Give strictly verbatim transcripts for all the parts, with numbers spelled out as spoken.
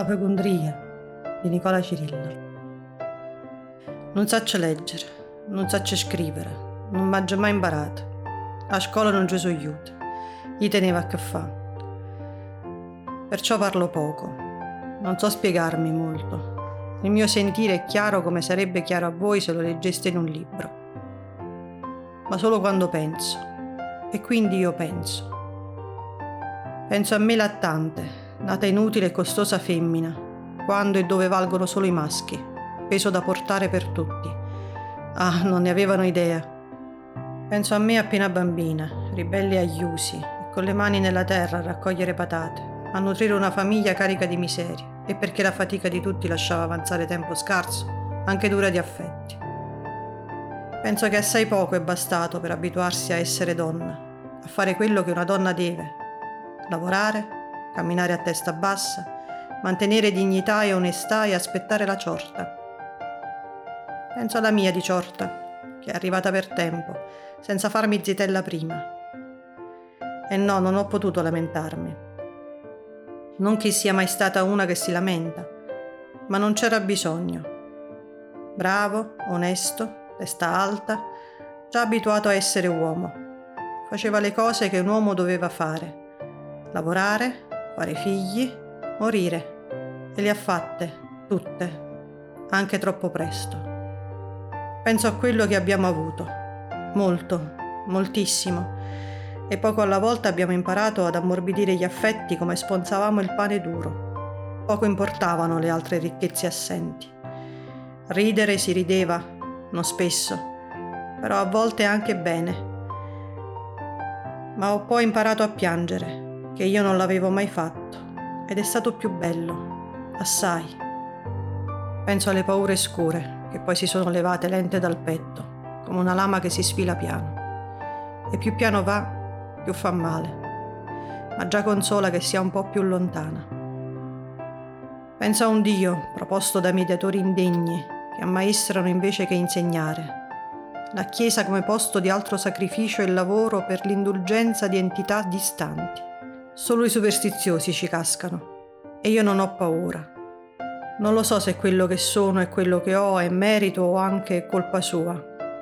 Apocondria di Nicola Cirillo. Non saccio leggere, non saccio scrivere, non m'aggio mai imparato. A scuola non ci so aiuto, gli teneva a che fa. Perciò parlo poco, non so spiegarmi molto. Il mio sentire è chiaro come sarebbe chiaro a voi se lo leggeste in un libro. Ma solo quando penso, e quindi io penso. Penso a me lattante, nata inutile e costosa femmina, quando e dove valgono solo i maschi, peso da portare per tutti. Ah, non ne avevano idea. Penso a me appena bambina, ribelle agli usi, e con le mani nella terra a raccogliere patate, a nutrire una famiglia carica di miserie, e perché la fatica di tutti lasciava avanzare tempo scarso, anche dura di affetti. Penso che assai poco è bastato per abituarsi a essere donna, a fare quello che una donna deve: lavorare, camminare a testa bassa, mantenere dignità e onestà e aspettare la ciorta. Penso alla mia di ciorta, che è arrivata per tempo, senza farmi zitella prima. E no, non ho potuto lamentarmi. Non che sia mai stata una che si lamenta, ma non c'era bisogno. Bravo, onesto, testa alta, già abituato a essere uomo. Faceva le cose che un uomo doveva fare: lavorare, fare figli, morire. E le ha fatte, tutte, anche troppo presto. Penso a quello che abbiamo avuto. Molto, moltissimo. E poco alla volta abbiamo imparato ad ammorbidire gli affetti come sponsavamo il pane duro. Poco importavano le altre ricchezze assenti. Ridere si rideva, non spesso, però a volte anche bene. Ma ho poi imparato a piangere, che io non l'avevo mai fatto, ed è stato più bello, assai. Penso alle paure scure, che poi si sono levate lente dal petto, come una lama che si sfila piano. E più piano va, più fa male, ma già consola che sia un po' più lontana. Penso a un Dio proposto da mediatori indegni, che ammaestrano invece che insegnare. La Chiesa come posto di altro sacrificio e lavoro per l'indulgenza di entità distanti. Solo i superstiziosi ci cascano, e io non ho paura. Non lo so se quello che sono e quello che ho è merito o anche colpa sua.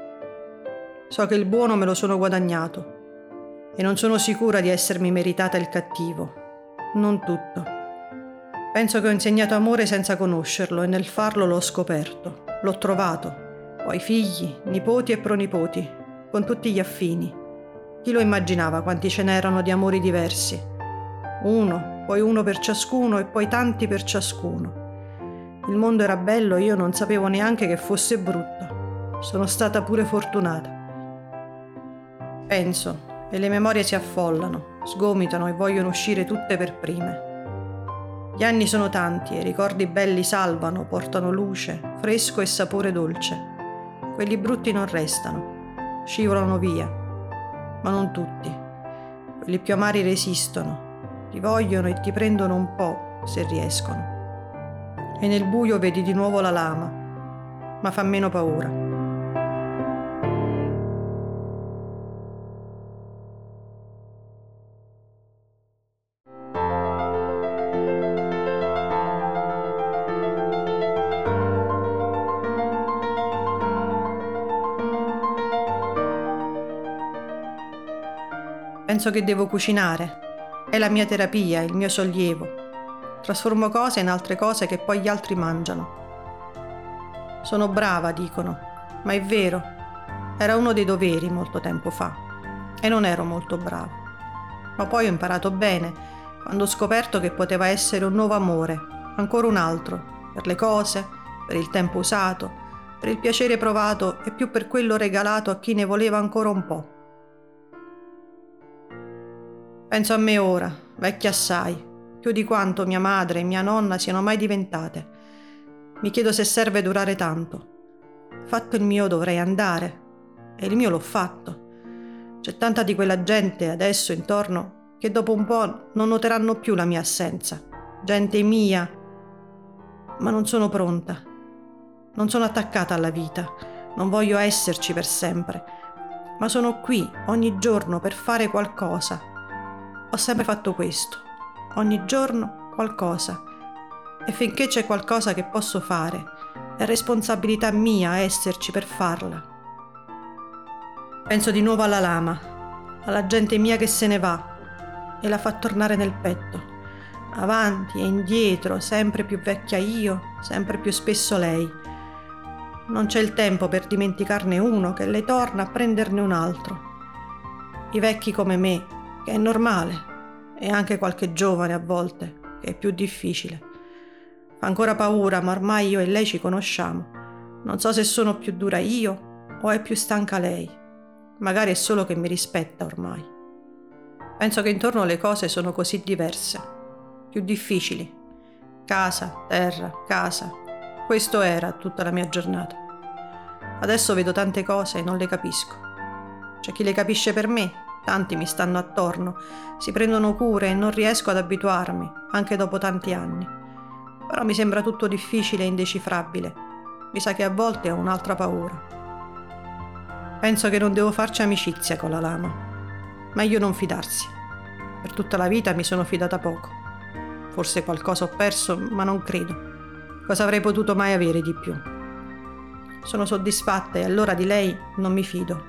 So che il buono me lo sono guadagnato, e non sono sicura di essermi meritata il cattivo. Non tutto. Penso che ho insegnato amore senza conoscerlo, e nel farlo l'ho scoperto, l'ho trovato. Poi figli, nipoti e pronipoti, con tutti gli affini. Chi lo immaginava quanti ce n'erano di amori diversi? Uno, poi uno per ciascuno e poi tanti per ciascuno. Il mondo era bello e io non sapevo neanche che fosse brutto. Sono stata pure fortunata. Penso, e le memorie si affollano, sgomitano e vogliono uscire tutte per prime. Gli anni sono tanti e i ricordi belli salvano, portano luce, fresco e sapore dolce. Quelli brutti non restano, scivolano via, ma non tutti. Quelli più amari resistono, ti vogliono e ti prendono un po' se riescono. E nel buio vedi di nuovo la lama, ma fa meno paura. Penso che devo cucinare. È la mia terapia, il mio sollievo. Trasformo cose in altre cose che poi gli altri mangiano. Sono brava, dicono, ma è vero. Era uno dei doveri molto tempo fa. E non ero molto brava. Ma poi ho imparato bene, quando ho scoperto che poteva essere un nuovo amore, ancora un altro, per le cose, per il tempo usato, per il piacere provato e più per quello regalato a chi ne voleva ancora un po'. Penso a me ora, vecchia assai, più di quanto mia madre e mia nonna siano mai diventate. Mi chiedo se serve durare tanto. Fatto il mio dovrei andare, e il mio l'ho fatto. C'è tanta di quella gente adesso intorno che dopo un po' non noteranno più la mia assenza. Gente mia, ma non sono pronta. Non sono attaccata alla vita, non voglio esserci per sempre, ma sono qui ogni giorno per fare qualcosa. Ho sempre fatto questo, ogni giorno qualcosa, E finché c'è qualcosa che posso fare, è responsabilità mia esserci per farla. Penso di nuovo alla lama, alla gente mia che se ne va e la fa tornare nel petto, avanti e indietro, sempre più vecchia io, sempre più spesso lei. Non c'è il tempo per dimenticarne uno che le torna a prenderne un altro. I vecchi come me, che è normale, e anche qualche giovane a volte, che è più difficile. Fa ancora paura, ma ormai io e lei ci conosciamo. Non so se sono più dura io o è più stanca lei. Magari è solo che mi rispetta ormai. Penso che intorno le cose sono così diverse, più difficili. Casa, terra, casa. Questo era tutta la mia giornata. Adesso vedo tante cose e non le capisco. C'è chi le capisce per me, tanti mi stanno attorno, si prendono cure e non riesco ad abituarmi, anche dopo tanti anni. Però mi sembra tutto difficile e indecifrabile. Mi sa che a volte ho un'altra paura. Penso che non devo farci amicizia con la lama. Meglio non fidarsi. Per tutta la vita mi sono fidata poco. Forse qualcosa ho perso, ma non credo. Cosa avrei potuto mai avere di più? Sono soddisfatta e allora di lei non mi fido.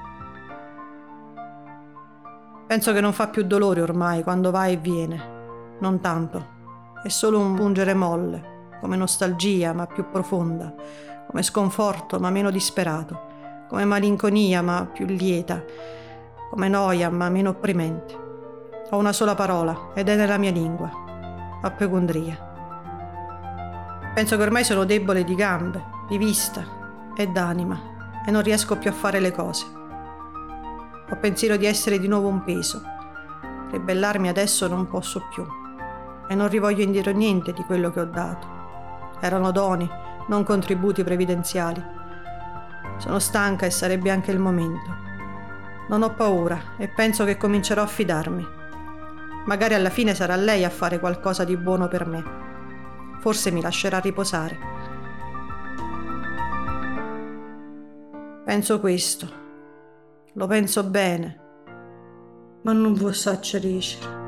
Penso che non fa più dolore ormai quando va e viene. Non tanto. È solo un pungere molle, come nostalgia ma più profonda, come sconforto ma meno disperato, come malinconia ma più lieta, come noia ma meno opprimente. Ho una sola parola ed è nella mia lingua, apocondria. Penso che ormai sono debole di gambe, di vista e d'anima e non riesco più a fare le cose. Ho pensiero di essere di nuovo un peso. Ribellarmi adesso non posso più. E non rivoglio indietro niente di quello che ho dato. Erano doni, non contributi previdenziali. Sono stanca e sarebbe anche il momento. Non ho paura e penso che comincerò a fidarmi. Magari alla fine sarà lei a fare qualcosa di buono per me. Forse mi lascerà riposare. Penso questo. Lo penso bene, ma non posso accedere.